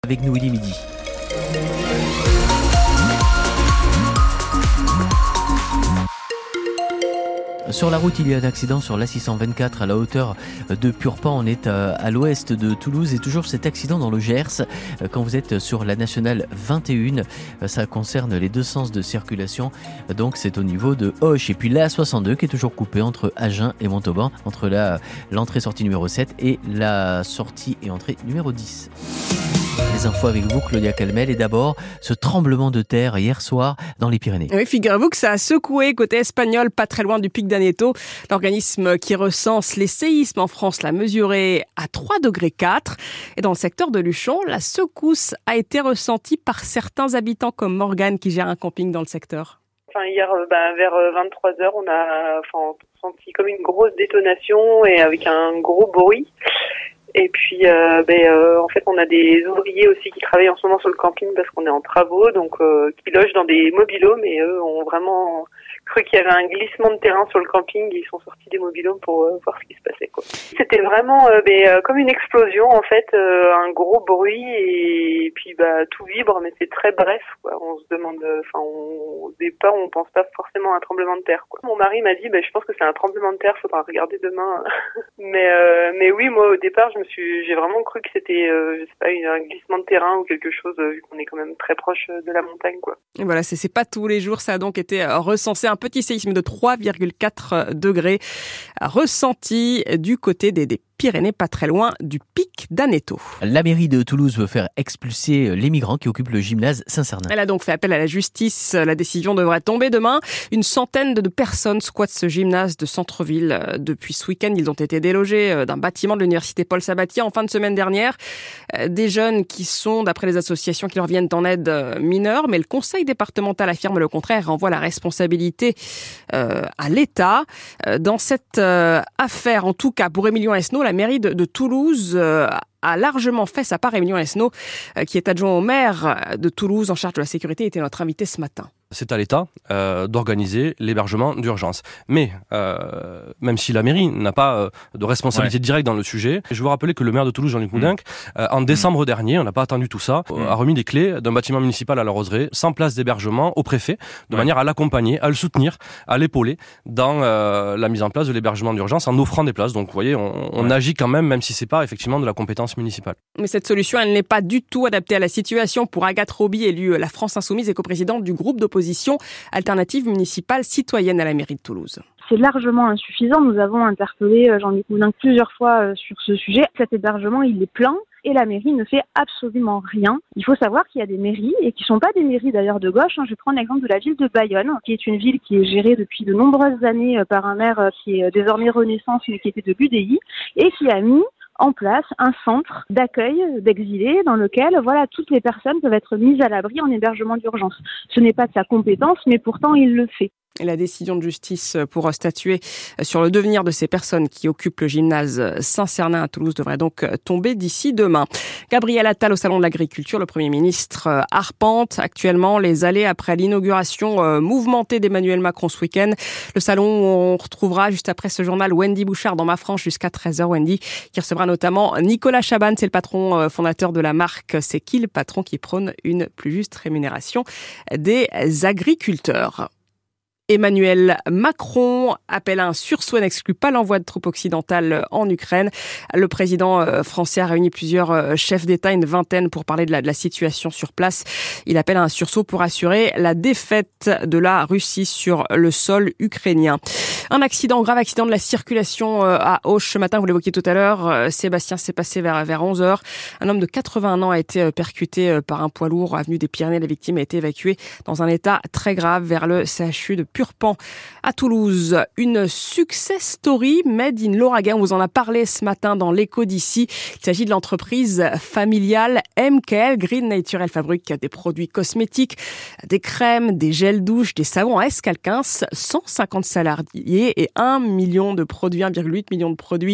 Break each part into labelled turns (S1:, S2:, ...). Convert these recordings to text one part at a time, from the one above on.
S1: Avec nous, il est midi. Sur la route, il y a un accident sur l'A624 à la hauteur de Purpan. On est à l'ouest de Toulouse et toujours cet accident dans le Gers. Quand vous êtes sur la nationale 21, ça concerne les deux sens de circulation. Donc c'est au niveau de Auch. Et puis l'A62 qui est toujours coupée entre Agen et Montauban, entre l'entrée-sortie numéro 7 et la sortie et entrée numéro 10. Les infos avec vous, Claudia Calmel. Et d'abord, ce tremblement de terre hier soir dans les Pyrénées.
S2: Oui, figurez-vous que ça a secoué côté espagnol, pas très loin du pic d'Aneto. L'organisme qui recense les séismes en France l'a mesuré à 3,4 degrés. Et dans le secteur de Luchon, la secousse a été ressentie par certains habitants comme Morgane qui gère un camping dans le secteur.
S3: Hier, vers 23h, on a senti comme une grosse détonation et avec un gros bruit. Et puis, en fait, on a des ouvriers aussi qui travaillent en ce moment sur le camping parce qu'on est en travaux, donc qui logent dans des mobil-homes et eux ont vraiment cru qu'il y avait un glissement de terrain sur le camping. Ils sont sortis des mobil-homes pour voir ce qui se passait, quoi. C'était vraiment comme une explosion, en fait, un gros bruit et puis tout vibre, mais c'est très bref, quoi. On se demande, au départ, on pense pas forcément à un tremblement de terre, quoi. Mon mari m'a dit, je pense que c'est un tremblement de terre, faudra regarder demain. mais oui, moi au départ, j'ai vraiment cru que c'était, un glissement de terrain ou quelque chose, vu qu'on est quand même très proche de la montagne, quoi.
S2: Et voilà, c'est pas tous les jours, ça a donc été recensé un petit séisme de 3,4 degrés ressenti du côté des Pyrénées, pas très loin du pic d'Aneto.
S1: La mairie de Toulouse veut faire expulser les migrants qui occupent le gymnase Saint-Cernin.
S2: Elle a donc fait appel à la justice. La décision devrait tomber demain. Une centaine de personnes squattent ce gymnase de centre-ville. Depuis ce week-end, ils ont été délogés d'un bâtiment de l'université Paul Sabatier en fin de semaine dernière. Des jeunes qui sont, d'après les associations, qui leur viennent en aide mineurs, mais le conseil départemental affirme le contraire, renvoie la responsabilité à l'État. Dans cette affaire, en tout cas pour Émilien Esnault, la mairie de Toulouse a largement fait sa part. Émilien Esnault, qui est adjoint au maire de Toulouse en charge de la sécurité, était notre invité ce matin.
S4: C'est à l'État d'organiser l'hébergement d'urgence. Mais même si la mairie n'a pas de responsabilité directe dans le sujet, je veux rappeler que le maire de Toulouse, Jean-Luc Moudenc, en décembre dernier, on n'a pas attendu tout ça, a remis des clés d'un bâtiment municipal à la Roseraie, sans place d'hébergement, au préfet, de manière à l'accompagner, à le soutenir, à l'épauler dans la mise en place de l'hébergement d'urgence en offrant des places. Donc vous voyez, on agit quand même si c'est pas effectivement de la compétence municipale.
S2: Mais cette solution, elle n'est pas du tout adaptée à la situation. Pour Agathe Roby, élue La France Insoumise et coprésidente du groupe d'opposition Alternative municipale citoyenne à la mairie de Toulouse.
S5: C'est largement insuffisant. Nous avons interpellé Jean-Luc Moudenc plusieurs fois sur ce sujet. Cet hébergement, il est plein et la mairie ne fait absolument rien. Il faut savoir qu'il y a des mairies, et qui ne sont pas des mairies d'ailleurs de gauche. Je prends l'exemple de la ville de Bayonne, qui est une ville qui est gérée depuis de nombreuses années par un maire qui est désormais Renaissance, mais qui était de l'UDI, et qui a mis en place un centre d'accueil d'exilés dans lequel, toutes les personnes peuvent être mises à l'abri en hébergement d'urgence. Ce n'est pas de sa compétence, mais pourtant il le fait.
S2: Et la décision de justice pour statuer sur le devenir de ces personnes qui occupent le gymnase Saint-Cernin à Toulouse devrait donc tomber d'ici demain. Gabriel Attal au Salon de l'Agriculture, le Premier ministre arpente actuellement les allées après l'inauguration mouvementée d'Emmanuel Macron ce week-end. Le salon où on retrouvera juste après ce journal Wendy Bouchard dans Ma Franche jusqu'à 13h. Wendy qui recevra notamment Nicolas Chaban, c'est le patron fondateur de la marque C'est qui le patron qui prône une plus juste rémunération des agriculteurs. Emmanuel Macron appelle à un sursaut et n'exclut pas l'envoi de troupes occidentales en Ukraine. Le président français a réuni plusieurs chefs d'État, une vingtaine, pour parler de la situation sur place. Il appelle à un sursaut pour assurer la défaite de la Russie sur le sol ukrainien. Un grave accident de la circulation à Auch ce matin, vous l'évoquiez tout à l'heure. Sébastien, s'est passé vers 11h. Un homme de 81 ans a été percuté par un poids lourd avenue des Pyrénées. La victime a été évacuée dans un état très grave vers le CHU de Purpan à Toulouse. Une success story made in l'Ouragan. On vous en a parlé ce matin dans l'écho d'ici. Il s'agit de l'entreprise familiale MKL. Green Natural fabrique des produits cosmétiques, des crèmes, des gels douche, des savons à escalquins. 150 salariés et 1 million de produits, 1,8 million de produits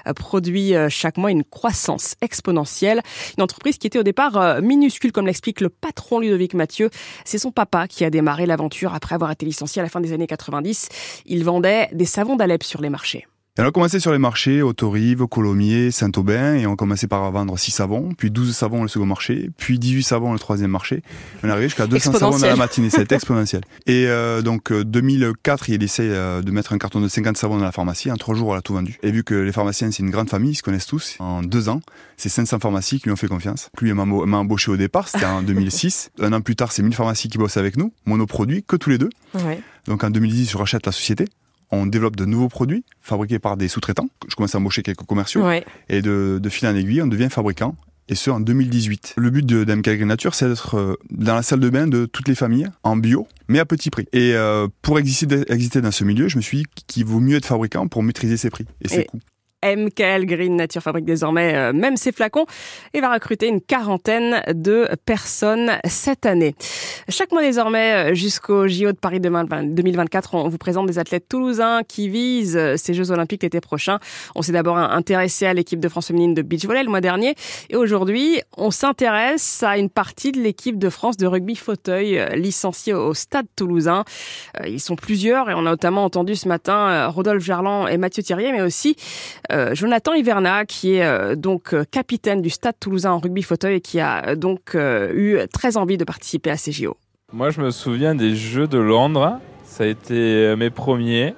S2: chaque mois, une croissance exponentielle. Une entreprise qui était au départ minuscule, comme l'explique le patron Ludovic Mathieu. C'est son papa qui a démarré l'aventure après avoir été licencié à la fin des années 90. Il vendait des savons d'Alep sur les marchés.
S6: Et on a commencé sur les marchés, Autorive, Colomiers, Saint-Aubin, et on a commencé par vendre 6 savons, puis 12 savons le second marché, puis 18 savons le troisième marché. On est arrivé jusqu'à 200 savons dans la matinée, c'est exponentiel. Et donc 2004, il essaie de mettre un carton de 50 savons dans la pharmacie, en 3 jours on a tout vendu. Et vu que les pharmaciens c'est une grande famille, ils se connaissent tous, en 2 ans, c'est 500 pharmacies qui lui ont fait confiance. Lui m'a embauché au départ, c'était en 2006. Un an plus tard, c'est 1000 pharmacies qui bossent avec nous, monoproduits, que tous les deux.
S2: Ouais.
S6: Donc en 2010, je rachète la société. On développe de nouveaux produits fabriqués par des sous-traitants. Je commence à embaucher quelques commerciaux.
S2: Ouais.
S6: Et de fil en aiguille, on devient fabricant. Et ce, en 2018. Le but d'MK Agri-Nature, c'est d'être dans la salle de bain de toutes les familles, en bio, mais à petit prix. Et pour exister dans ce milieu, je me suis dit qu'il vaut mieux être fabricant pour maîtriser ses prix et ses coûts.
S2: MK Agri-Nature fabrique désormais même ses flacons et va recruter une quarantaine de personnes cette année. Chaque mois désormais, jusqu'au JO de Paris 2024, on vous présente des athlètes toulousains qui visent ces Jeux Olympiques l'été prochain. On s'est d'abord intéressé à l'équipe de France féminine de beach volley le mois dernier et aujourd'hui, on s'intéresse à une partie de l'équipe de France de rugby fauteuil licenciée au Stade Toulousain. Ils sont plusieurs et on a notamment entendu ce matin Rodolphe Gerland et Mathieu Thiriet, mais aussi Jonathan Hiverna, qui est donc capitaine du Stade Toulousain en rugby fauteuil et qui a donc eu très envie de participer à ces JO.
S7: Moi, je me souviens des Jeux de Londres. Ça a été mes premiers.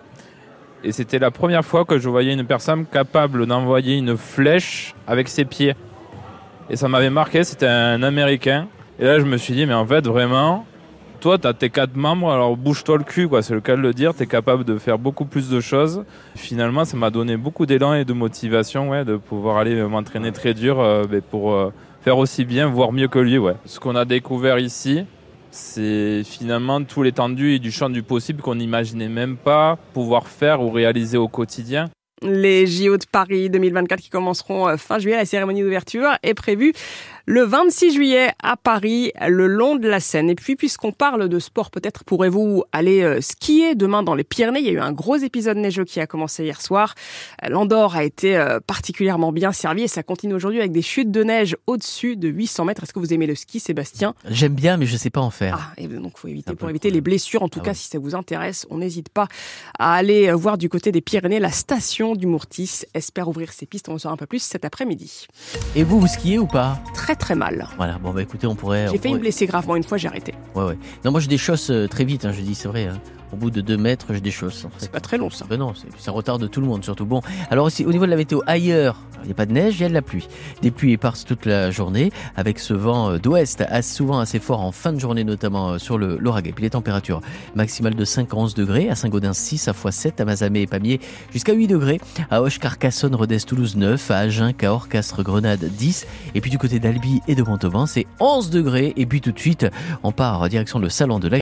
S7: Et c'était la première fois que je voyais une personne capable d'envoyer une flèche avec ses pieds. Et ça m'avait marqué, c'était un Américain. Et là, je me suis dit, mais en fait, vraiment, toi, tu as tes 4 membres, alors bouge-toi le cul, quoi. C'est le cas de le dire. Tu es capable de faire beaucoup plus de choses. Finalement, ça m'a donné beaucoup d'élan et de motivation de pouvoir aller m'entraîner très dur pour faire aussi bien, voire mieux que lui. Ouais. Ce qu'on a découvert ici, c'est finalement tout l'étendue et du champ du possible qu'on n'imaginait même pas pouvoir faire ou réaliser au quotidien.
S2: Les JO de Paris 2024 qui commenceront fin juillet. La cérémonie d'ouverture est prévue le 26 juillet à Paris, le long de la Seine. Et puis, puisqu'on parle de sport, peut-être pourrez-vous aller skier demain dans les Pyrénées. Il y a eu un gros épisode neigeux qui a commencé hier soir. L'Andorre a été particulièrement bien servi et ça continue aujourd'hui avec des chutes de neige au-dessus de 800 mètres. Est-ce que vous aimez le ski, Sébastien ?
S1: J'aime bien, mais je sais pas en faire.
S2: Ah, et donc faut éviter, pour éviter les blessures. En tout cas, si ça vous intéresse, on n'hésite pas à aller voir du côté des Pyrénées. La station du Mourtis espère ouvrir ses pistes. On en saura un peu plus cet après-midi.
S1: Et vous skiez ou pas ?
S2: Très mal.
S1: Voilà, bon bah écoutez, on pourrait...
S2: J'ai failli me blesser gravement une fois, j'ai arrêté.
S1: Ouais. Non, moi je déchausse très vite, je dis, c'est vrai. Au bout de 2 mètres, je déchausse. En fait.
S2: C'est pas très long ça.
S1: Ben non, ça retarde tout le monde surtout. Bon, alors aussi au niveau de la météo, ailleurs, il n'y a pas de neige, il y a de la pluie. Des pluies éparses toute la journée, avec ce vent d'ouest souvent assez fort en fin de journée, notamment sur l'Auragais. Puis les températures maximales de 5 à 11 degrés, à Saint-Gaudens 6, à Foix 7, à Mazamet et Pamiers jusqu'à 8 degrés, à Auch, Carcassonne, Rodez, Toulouse 9, à Agen, Cahors, Castres, Grenade 10, et puis du côté d'Albi et de Montauban, c'est 11 degrés. Et puis tout de suite, on part en direction le salon de